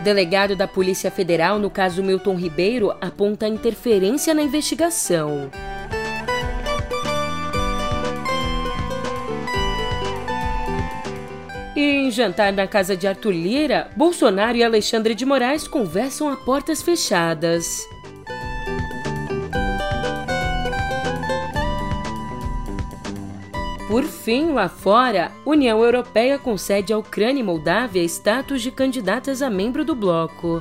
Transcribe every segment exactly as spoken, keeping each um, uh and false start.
delegado da Polícia Federal no caso Milton Ribeiro aponta interferência na investigação. E em jantar na casa de Arthur Lira, Bolsonaro e Alexandre de Moraes conversam a portas fechadas. Por fim, lá fora, União Europeia concede à Ucrânia e Moldávia status de candidatas a membro do bloco.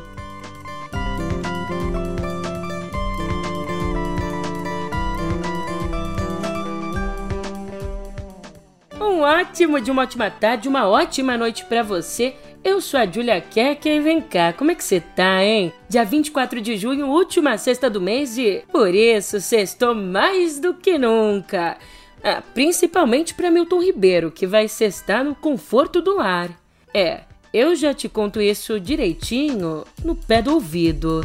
Um ótimo de uma ótima tarde, uma ótima noite pra você. Eu sou a Julia Keck e vem cá, como é que você tá, hein? Dia vinte e quatro de junho, última sexta do mês e, por isso, sextou mais do que nunca. Ah, principalmente para Milton Ribeiro, que vai sextar no conforto do lar. É, eu já te conto isso direitinho no pé do ouvido.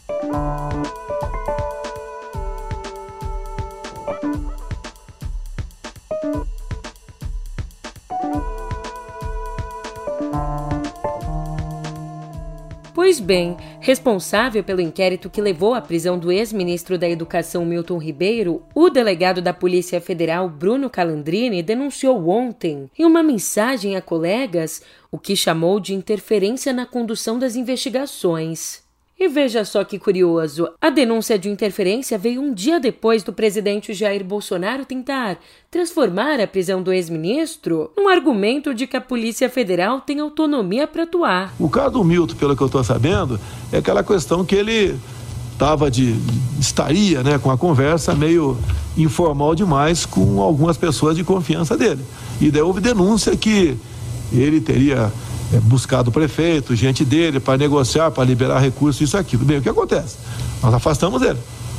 Pois bem, responsável pelo inquérito que levou à prisão do ex-ministro da Educação Milton Ribeiro, o delegado da Polícia Federal Bruno Calandrini denunciou ontem, em uma mensagem a colegas, o que chamou de interferência na condução das investigações. E veja só que curioso, a denúncia de interferência veio um dia depois do presidente Jair Bolsonaro tentar transformar a prisão do ex-ministro num argumento de que a Polícia Federal tem autonomia para atuar. O caso do Milton, pelo que eu estou sabendo, é aquela questão que ele tava de, estaria né, com a conversa meio informal demais com algumas pessoas de confiança dele. E daí houve denúncia que ele teria É, buscado o prefeito, gente dele, para negociar, para liberar recursos, isso aqui. Bem, o que acontece? Nós afastamos ele.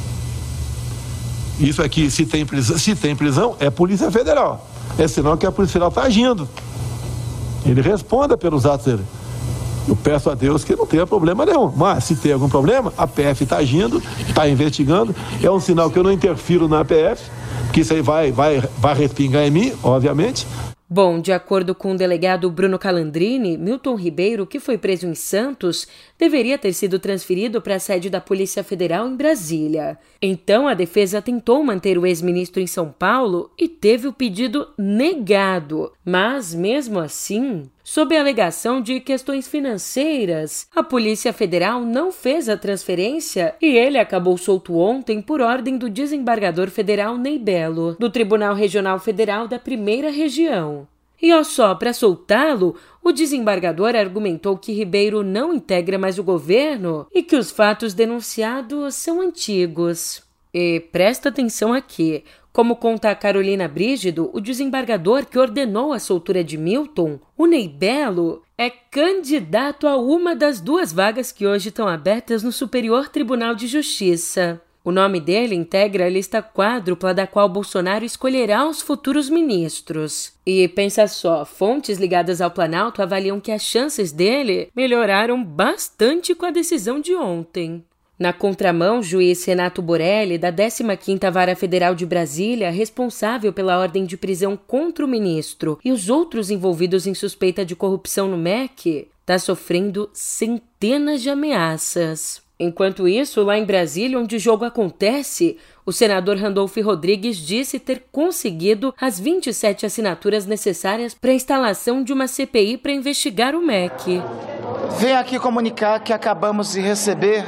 Isso aqui, se tem prisão, se tem prisão é Polícia Federal. É sinal que a Polícia Federal está agindo. Ele responda pelos atos dele. Eu peço a Deus que não tenha problema nenhum. Mas, se tem algum problema, a P F está agindo, está investigando. É um sinal que eu não interfiro na P F, porque isso aí vai, vai, vai respingar em mim, obviamente. Bom, de acordo com o delegado Bruno Calandrini, Milton Ribeiro, que foi preso em Santos, deveria ter sido transferido para a sede da Polícia Federal em Brasília. Então, a defesa tentou manter o ex-ministro em São Paulo e teve o pedido negado. Mas, mesmo assim, sob a alegação de questões financeiras, a Polícia Federal não fez a transferência e ele acabou solto ontem por ordem do desembargador federal Ney Bello, do Tribunal Regional Federal da Primeira Região. E ó só, para soltá-lo, o desembargador argumentou que Ribeiro não integra mais o governo e que os fatos denunciados são antigos. E presta atenção aqui. Como conta a Carolina Brígido, o desembargador que ordenou a soltura de Milton, o Ney Bello, é candidato a uma das duas vagas que hoje estão abertas no Superior Tribunal de Justiça. O nome dele integra a lista quádrupla da qual Bolsonaro escolherá os futuros ministros. E pensa só, fontes ligadas ao Planalto avaliam que as chances dele melhoraram bastante com a decisão de ontem. Na contramão, o juiz Renato Borelli, da décima quinta Vara Federal de Brasília, responsável pela ordem de prisão contra o ministro e os outros envolvidos em suspeita de corrupção no M E C, está sofrendo centenas de ameaças. Enquanto isso, lá em Brasília, onde o jogo acontece, o senador Randolfo Rodrigues disse ter conseguido as vinte e sete assinaturas necessárias para a instalação de uma C P I para investigar o M E C. Venho aqui comunicar que acabamos de receber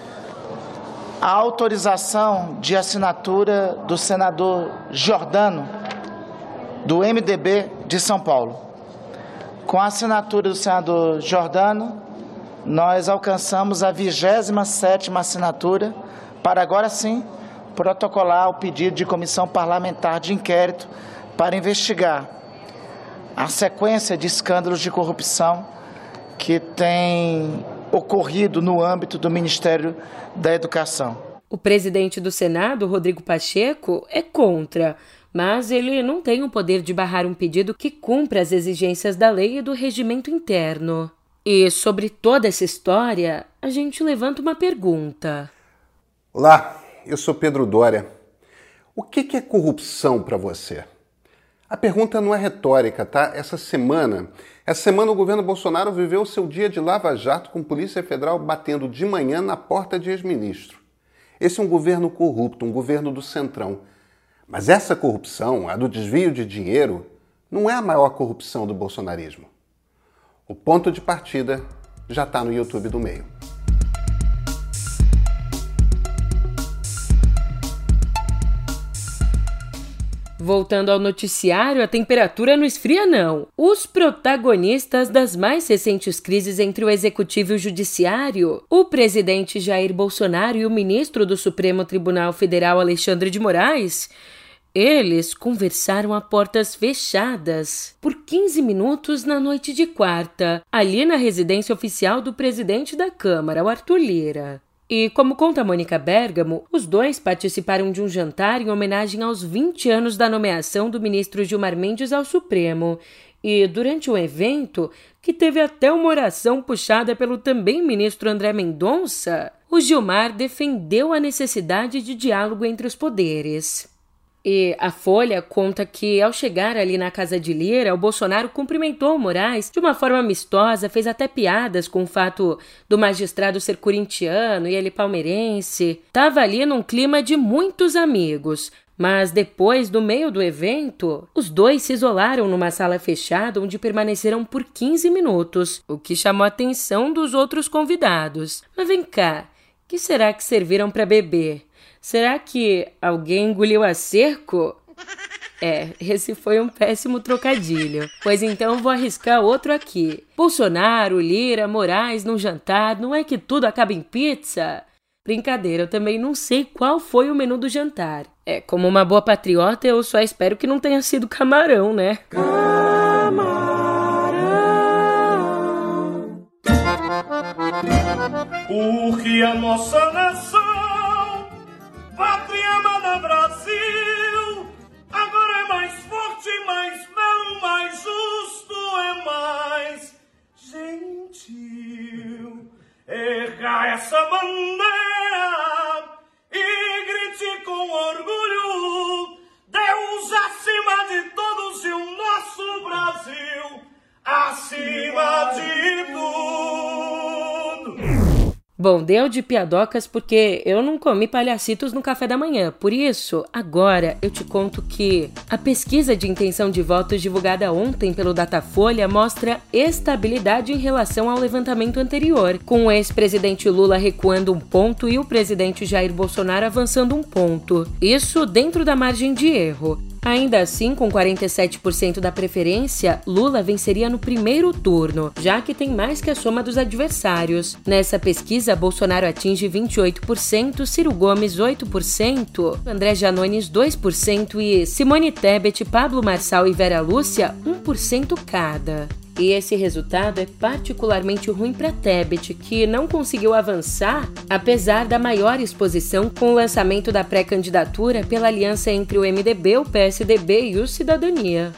a autorização de assinatura do senador Giordano, do M D B de São Paulo. Com a assinatura do senador Giordano, nós alcançamos a vigésima sétima assinatura para, agora sim, protocolar o pedido de comissão parlamentar de inquérito para investigar a sequência de escândalos de corrupção que tem ocorrido no âmbito do Ministério da Educação. O presidente do Senado, Rodrigo Pacheco, é contra, mas ele não tem o poder de barrar um pedido que cumpra as exigências da lei e do regimento interno. E sobre toda essa história, a gente levanta uma pergunta. Olá, eu sou Pedro Dória. O que é corrupção para você? A pergunta não é retórica, tá? Essa semana, essa semana o governo Bolsonaro viveu o seu dia de lava-jato com Polícia Federal batendo de manhã na porta de ex-ministro. Esse é um governo corrupto, um governo do Centrão. Mas essa corrupção, a do desvio de dinheiro, não é a maior corrupção do bolsonarismo. O ponto de partida já está no YouTube do Meio. Voltando ao noticiário, a temperatura não esfria não. Os protagonistas das mais recentes crises entre o Executivo e o Judiciário, o presidente Jair Bolsonaro e o ministro do Supremo Tribunal Federal Alexandre de Moraes, eles conversaram a portas fechadas por quinze minutos na noite de quarta, ali na residência oficial do presidente da Câmara, o Arthur Lira. E, como conta Mônica Bergamo, os dois participaram de um jantar em homenagem aos vinte anos da nomeação do ministro Gilmar Mendes ao Supremo. E, durante o evento, que teve até uma oração puxada pelo também ministro André Mendonça, o Gilmar defendeu a necessidade de diálogo entre os poderes. E a Folha conta que, ao chegar ali na casa de Lira, o Bolsonaro cumprimentou o Moraes de uma forma amistosa, fez até piadas com o fato do magistrado ser corintiano e ele palmeirense. Tava ali num clima de muitos amigos. Mas depois, no meio do evento, os dois se isolaram numa sala fechada onde permaneceram por quinze minutos, o que chamou a atenção dos outros convidados. Mas vem cá, o que será que serviram para beber? Será que alguém engoliu a cerco? É, esse foi um péssimo trocadilho. Pois então vou arriscar outro aqui. Bolsonaro, Lira, Moraes num jantar, não é que tudo acaba em pizza? Brincadeira, eu também não sei qual foi o menu do jantar. É, como uma boa patriota, eu só espero que não tenha sido camarão, né? Camarão. Porque a nossa nação, pátria amada Brasil, agora é mais forte, mais belo, mais justo, é mais gentil. Erga essa bandeira e grite com orgulho: Deus acima de todos e o nosso Brasil acima de tudo. Bom, deu de piadocas porque eu não comi palhacitos no café da manhã. Por isso, agora eu te conto que a pesquisa de intenção de votos divulgada ontem pelo Datafolha mostra estabilidade em relação ao levantamento anterior, com o ex-presidente Lula recuando um ponto e o presidente Jair Bolsonaro avançando um ponto. Isso dentro da margem de erro. Ainda assim, com quarenta e sete por cento da preferência, Lula venceria no primeiro turno, já que tem mais que a soma dos adversários. Nessa pesquisa, Bolsonaro atinge vinte e oito por cento, Ciro Gomes oito por cento, André Janones dois por cento e Simone Tebet, Pablo Marçal e Vera Lúcia um por cento cada. E esse resultado é particularmente ruim para Tebet, que não conseguiu avançar, apesar da maior exposição com o lançamento da pré-candidatura pela aliança entre o M D B, o P S D B e o Cidadania.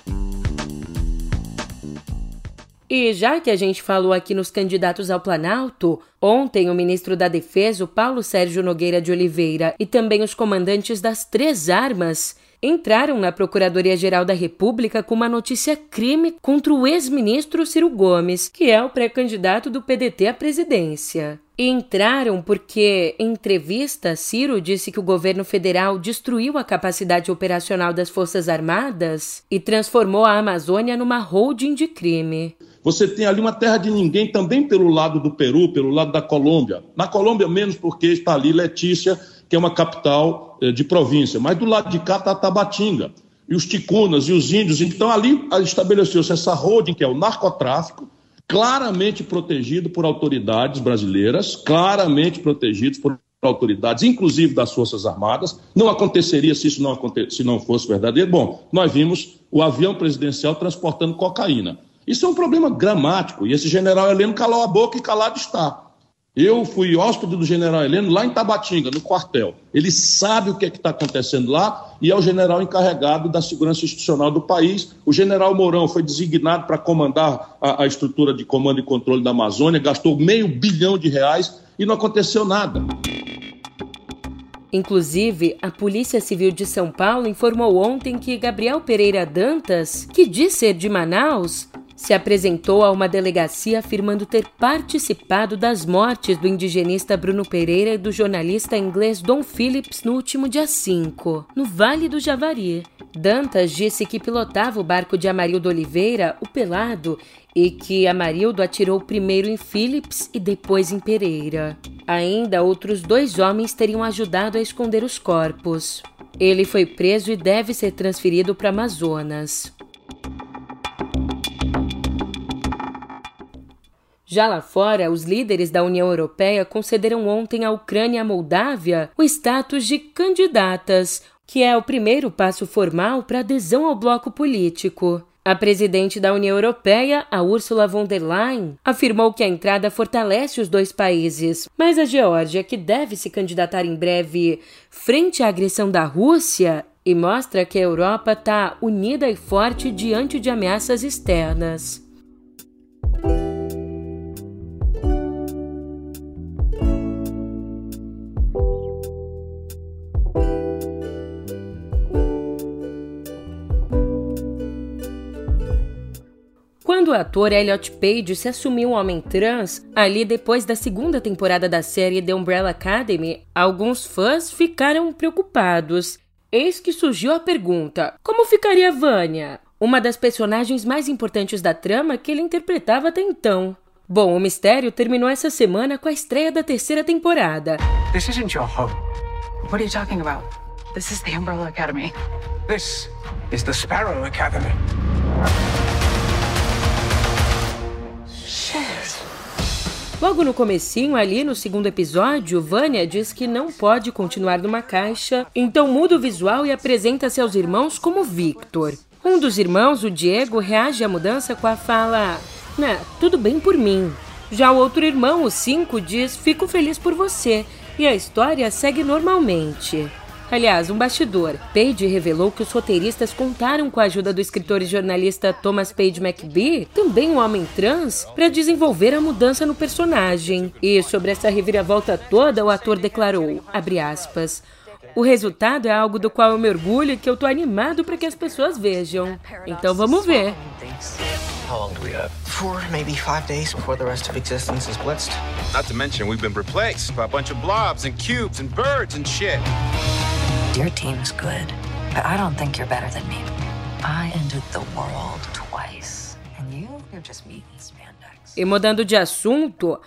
E já que a gente falou aqui nos candidatos ao Planalto, ontem o ministro da Defesa, o Paulo Sérgio Nogueira de Oliveira, e também os comandantes das três armas entraram na Procuradoria-Geral da República com uma notícia crime contra o ex-ministro Ciro Gomes, que é o pré-candidato do P D T à presidência. E entraram porque, em entrevista, Ciro disse que o governo federal destruiu a capacidade operacional das Forças Armadas e transformou a Amazônia numa holding de crime. Você tem ali uma terra de ninguém também pelo lado do Peru, pelo lado da Colômbia. Na Colômbia menos porque está ali Letícia, que é uma capital eh, de província. Mas do lado de cá está Tabatinga, e os ticunas e os índios. Então ali estabeleceu-se essa holding, que é o narcotráfico, claramente protegido por autoridades brasileiras, claramente protegidos por autoridades, inclusive das Forças Armadas. Não aconteceria se isso não, aconte- se não fosse verdadeiro. Bom, nós vimos o avião presidencial transportando cocaína. Isso é um problema gramático, e esse general Heleno calou a boca e calado está. Eu fui hóspede do general Heleno lá em Tabatinga, no quartel. Ele sabe o que é está acontecendo lá e é o general encarregado da segurança institucional do país. O general Mourão foi designado para comandar a, a estrutura de comando e controle da Amazônia, gastou meio bilhão de reais e não aconteceu nada. Inclusive, a Polícia Civil de São Paulo informou ontem que Gabriel Pereira Dantas, que diz ser de Manaus, se apresentou a uma delegacia afirmando ter participado das mortes do indigenista Bruno Pereira e do jornalista inglês Dom Phillips no último dia cinco, no Vale do Javari. Dantas disse que pilotava o barco de Amarildo Oliveira, o Pelado, e que Amarildo atirou primeiro em Phillips e depois em Pereira. Ainda outros dois homens teriam ajudado a esconder os corpos. Ele foi preso e deve ser transferido para Amazonas. Já lá fora, os líderes da União Europeia concederam ontem à Ucrânia e à Moldávia o status de candidatas, que é o primeiro passo formal para adesão ao bloco político. A presidente da União Europeia, a Ursula von der Leyen, afirmou que a entrada fortalece os dois países, mas a Geórgia, que deve se candidatar em breve frente à agressão da Rússia, e mostra que a Europa está unida e forte diante de ameaças externas. Quando o ator Elliot Page se assumiu um homem trans, ali depois da segunda temporada da série The Umbrella Academy, alguns fãs ficaram preocupados. Eis que surgiu a pergunta: como ficaria Vanya, uma das personagens mais importantes da trama que ele interpretava até então? Bom, o mistério terminou essa semana com a estreia da terceira temporada. This isn't your home. What are you talking about? This is the Umbrella Academy. This is the Sparrow Academy. Logo no comecinho, ali no segundo episódio, Vanya diz que não pode continuar numa caixa, então muda o visual e apresenta-se aos irmãos como Victor. Um dos irmãos, o Diego, reage à mudança com a fala: "Nah, tudo bem por mim." Já o outro irmão, o Cinco, diz: "Fico feliz por você." E a história segue normalmente. Aliás, um bastidor. Page revelou que os roteiristas contaram com a ajuda do escritor e jornalista Thomas Page McBee, também um homem trans, para desenvolver a mudança no personagem. E sobre essa reviravolta toda, o ator declarou, abre aspas, "O resultado é algo do qual eu me orgulho e que eu tô animado para que as pessoas vejam. Então vamos ver." How long do we have? Four, maybe five days before the rest of existence is blitzed. Not to mention, we've been replaced by a bunch of blobs and cubes and birds and shit. Your team's good, but I don't think you're better than me. I ended the world twice, and you, you're just meat and spandex. E mudando de assunto,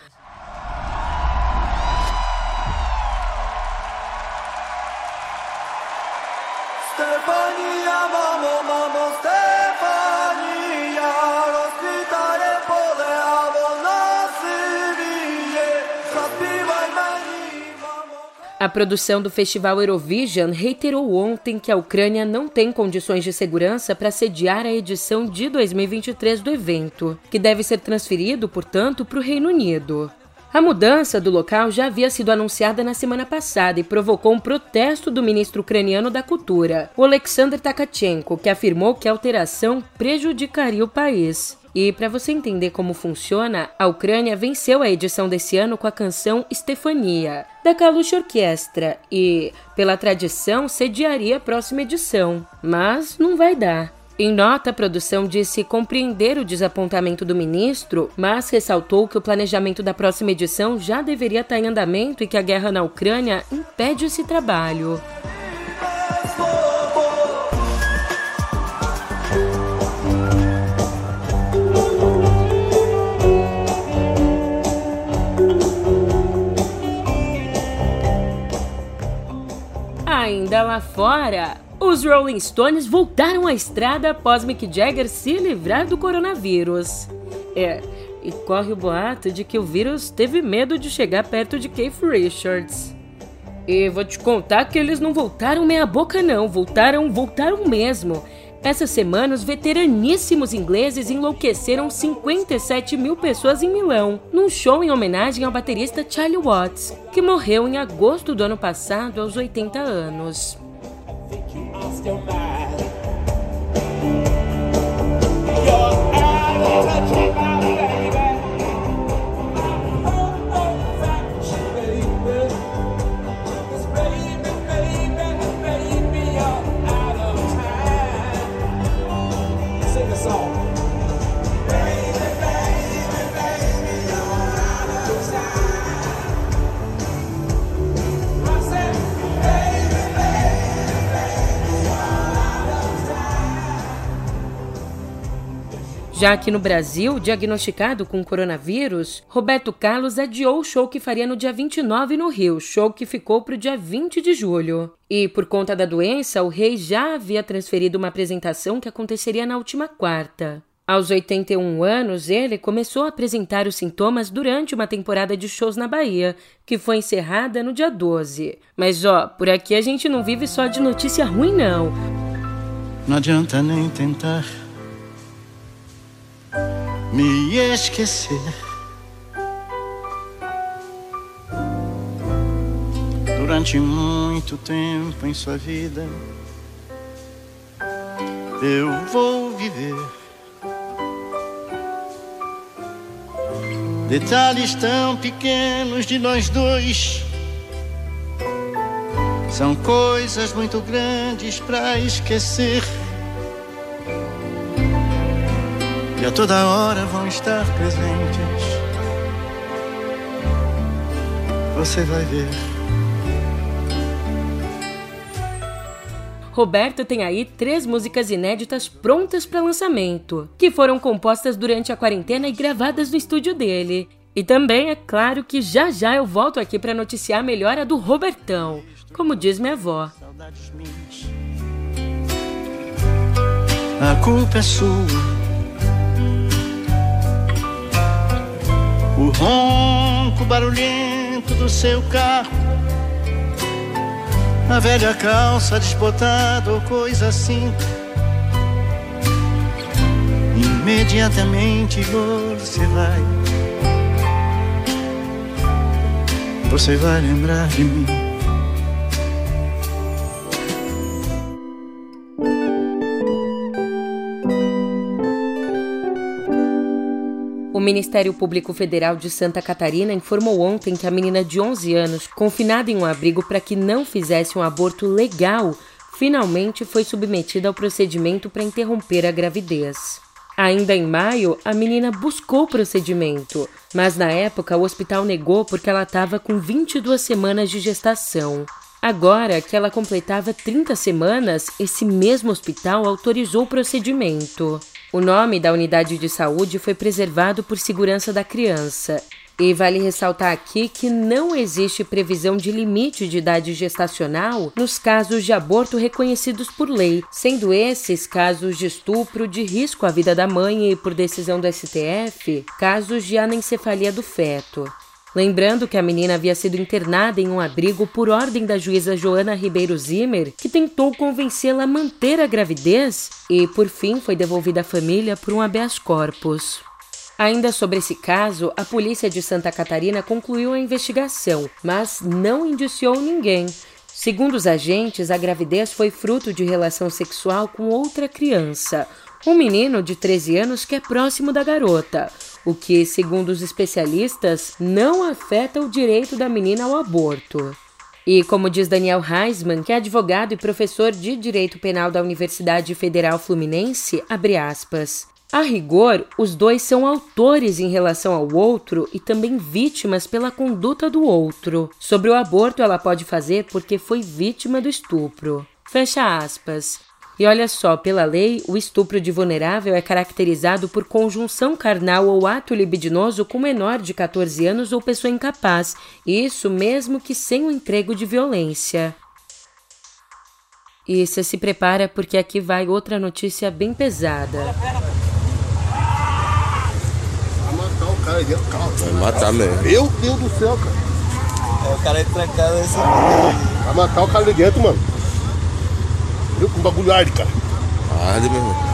Stefania, mamo, mamo, Stefania, rozkwitanie pole, a wolna Syrię, zaśpiewaj mani, mamo. A produção do Festival Eurovision reiterou ontem que a Ucrânia não tem condições de segurança para sediar a edição de dois mil e vinte e três do evento, que deve ser transferido, portanto, para o Reino Unido. A mudança do local já havia sido anunciada na semana passada e provocou um protesto do ministro ucraniano da Cultura, o Alexander Tkachenko, que afirmou que a alteração prejudicaria o país. E para você entender como funciona, a Ucrânia venceu a edição desse ano com a canção Stefania, da Kalush Orquestra, e, pela tradição, sediaria a próxima edição. Mas não vai dar. Em nota, a produção disse compreender o desapontamento do ministro, mas ressaltou que o planejamento da próxima edição já deveria estar em andamento e que a guerra na Ucrânia impede esse trabalho. Ainda lá fora, os Rolling Stones voltaram à estrada após Mick Jagger se livrar do coronavírus. É, e corre o boato de que o vírus teve medo de chegar perto de Keith Richards. E vou te contar que eles não voltaram meia boca não, voltaram, voltaram mesmo. Essa semana, os veteraníssimos ingleses enlouqueceram cinquenta e sete mil pessoas em Milão, num show em homenagem ao baterista Charlie Watts, que morreu em agosto do ano passado aos oitenta anos. Já aqui no Brasil, diagnosticado com coronavírus, Roberto Carlos adiou o show que faria no dia vinte e nove no Rio, show que ficou para o dia vinte de julho. E por conta da doença, o rei já havia transferido uma apresentação que aconteceria na última quarta. Aos oitenta e um anos, ele começou a apresentar os sintomas durante uma temporada de shows na Bahia, que foi encerrada no dia doze. Mas ó, por aqui a gente não vive só de notícia ruim, não. Não adianta nem tentar me esquecer. Durante muito tempo em sua vida eu vou viver detalhes tão pequenos de nós dois. São coisas muito grandes pra esquecer. E a toda hora vão estar presentes. Você vai ver. Roberto tem aí três músicas inéditas prontas para lançamento, que foram compostas durante a quarentena e gravadas no estúdio dele. E também é claro que já já eu volto aqui para noticiar a melhora do Robertão, como diz minha avó. A culpa é sua. O ronco barulhento do seu carro, a velha calça desbotada ou coisa assim. Imediatamente você vai, você vai lembrar de mim. O Ministério Público Federal de Santa Catarina informou ontem que a menina de onze anos, confinada em um abrigo para que não fizesse um aborto legal, finalmente foi submetida ao procedimento para interromper a gravidez. Ainda em maio, a menina buscou o procedimento, mas na época o hospital negou porque ela estava com vinte e duas semanas de gestação. Agora que ela completava trinta semanas, esse mesmo hospital autorizou o procedimento. O nome da unidade de saúde foi preservado por segurança da criança. E vale ressaltar aqui que não existe previsão de limite de idade gestacional nos casos de aborto reconhecidos por lei, sendo esses casos de estupro de risco à vida da mãe e, por decisão do S T F, casos de anencefalia do feto. Lembrando que a menina havia sido internada em um abrigo por ordem da juíza Joana Ribeiro Zimmer, que tentou convencê-la a manter a gravidez e, por fim, foi devolvida à família por um habeas corpus. Ainda sobre esse caso, a polícia de Santa Catarina concluiu a investigação, mas não indiciou ninguém. Segundo os agentes, a gravidez foi fruto de relação sexual com outra criança, um menino de treze anos que é próximo da garota, o que, segundo os especialistas, não afeta o direito da menina ao aborto. E como diz Daniel Heisman, que é advogado e professor de Direito Penal da Universidade Federal Fluminense, abre aspas, a rigor, os dois são autores em relação ao outro e também vítimas pela conduta do outro. Sobre o aborto, ela pode fazer porque foi vítima do estupro. Fecha aspas. E olha só, pela lei, o estupro de vulnerável é caracterizado por conjunção carnal ou ato libidinoso com menor de catorze anos ou pessoa incapaz, isso mesmo que sem o emprego de violência. E você se prepara porque aqui vai outra notícia bem pesada. Vai matar mesmo. Meu Deus do céu, cara. É, o cara é trancado nesse. Vai matar o cara ali dentro, mano. Viu com bagulho arde, cara. Arde, meu irmão.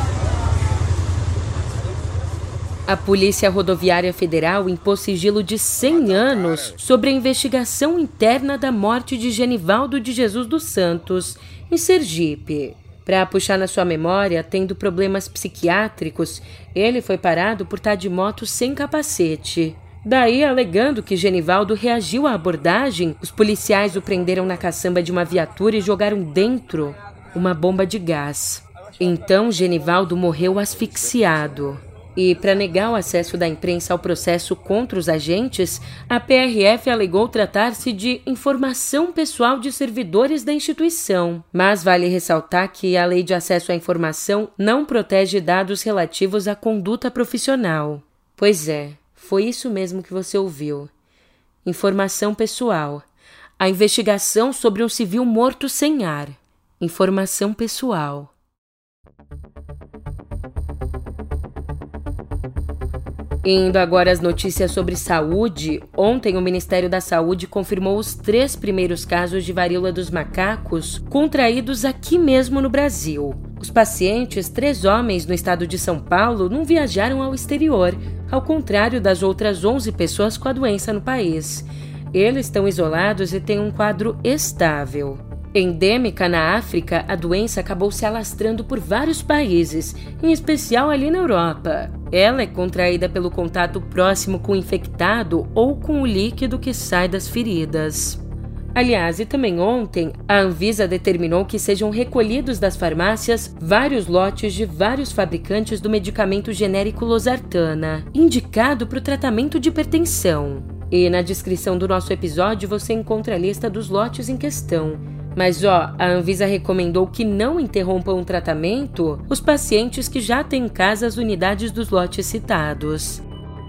A Polícia Rodoviária Federal impôs sigilo de cem anos sobre a investigação interna da morte de Genivaldo de Jesus dos Santos, em Sergipe. Para puxar na sua memória, tendo problemas psiquiátricos, ele foi parado por estar de moto sem capacete. Daí, alegando que Genivaldo reagiu à abordagem, os policiais o prenderam na caçamba de uma viatura e jogaram dentro uma bomba de gás. Então, Genivaldo morreu asfixiado. E, para negar o acesso da imprensa ao processo contra os agentes, a P R F alegou tratar-se de informação pessoal de servidores da instituição. Mas vale ressaltar que a Lei de Acesso à Informação não protege dados relativos à conduta profissional. Pois é, foi isso mesmo que você ouviu. Informação pessoal. A investigação sobre um civil morto sem ar. Informação pessoal. Indo agora às notícias sobre saúde, ontem o Ministério da Saúde confirmou os três primeiros casos de varíola dos macacos contraídos aqui mesmo no Brasil. Os pacientes, três homens no estado de São Paulo, não viajaram ao exterior, ao contrário das outras onze pessoas com a doença no país. Eles estão isolados e têm um quadro estável. Endêmica na África, a doença acabou se alastrando por vários países, em especial ali na Europa. Ela é contraída pelo contato próximo com o infectado ou com o líquido que sai das feridas. Aliás, e também ontem, a Anvisa determinou que sejam recolhidos das farmácias vários lotes de vários fabricantes do medicamento genérico losartana, indicado para o tratamento de hipertensão. E na descrição do nosso episódio você encontra a lista dos lotes em questão. Mas ó, a Anvisa recomendou que não interrompam o tratamento os pacientes que já têm em casa as unidades dos lotes citados.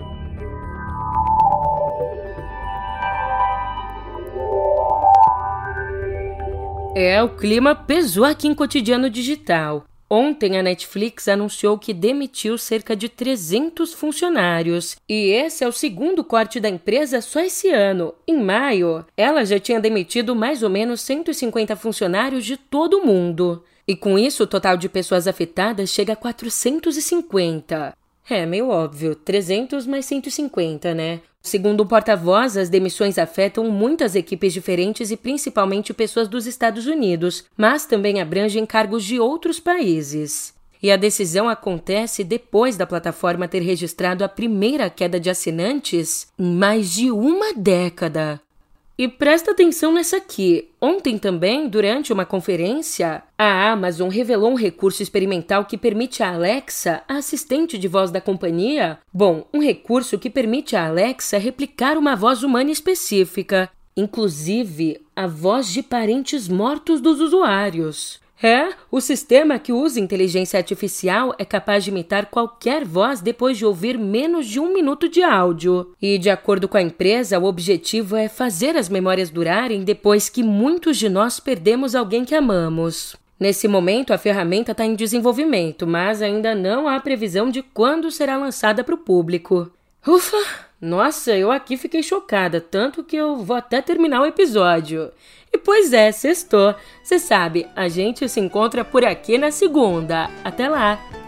É, o clima pesou aqui em Cotidiano Digital. Ontem a Netflix anunciou que demitiu cerca de trezentos funcionários. E esse é o segundo corte da empresa só esse ano. Em maio, ela já tinha demitido mais ou menos cento e cinquenta funcionários de todo o mundo. E com isso, o total de pessoas afetadas chega a quatrocentos e cinquenta. É meio óbvio, trezentos mais cento e cinquenta, né? Segundo o porta-voz, as demissões afetam muitas equipes diferentes e principalmente pessoas dos Estados Unidos, mas também abrangem cargos de outros países. E a decisão acontece depois da plataforma ter registrado a primeira queda de assinantes em mais de uma década. E presta atenção nessa aqui. Ontem também, durante uma conferência, a Amazon revelou um recurso experimental que permite à Alexa, a assistente de voz da companhia, bom, um recurso que permite à Alexa replicar uma voz humana específica, inclusive a voz de parentes mortos dos usuários. É, o sistema que usa inteligência artificial é capaz de imitar qualquer voz depois de ouvir menos de um minuto de áudio. E, de acordo com a empresa, o objetivo é fazer as memórias durarem depois que muitos de nós perdemos alguém que amamos. Nesse momento, a ferramenta está em desenvolvimento, mas ainda não há previsão de quando será lançada para o público. Ufa! Nossa, eu aqui fiquei chocada, tanto que eu vou até terminar o episódio. E pois é, sextou. Cê sabe, a gente se encontra por aqui na segunda. Até lá!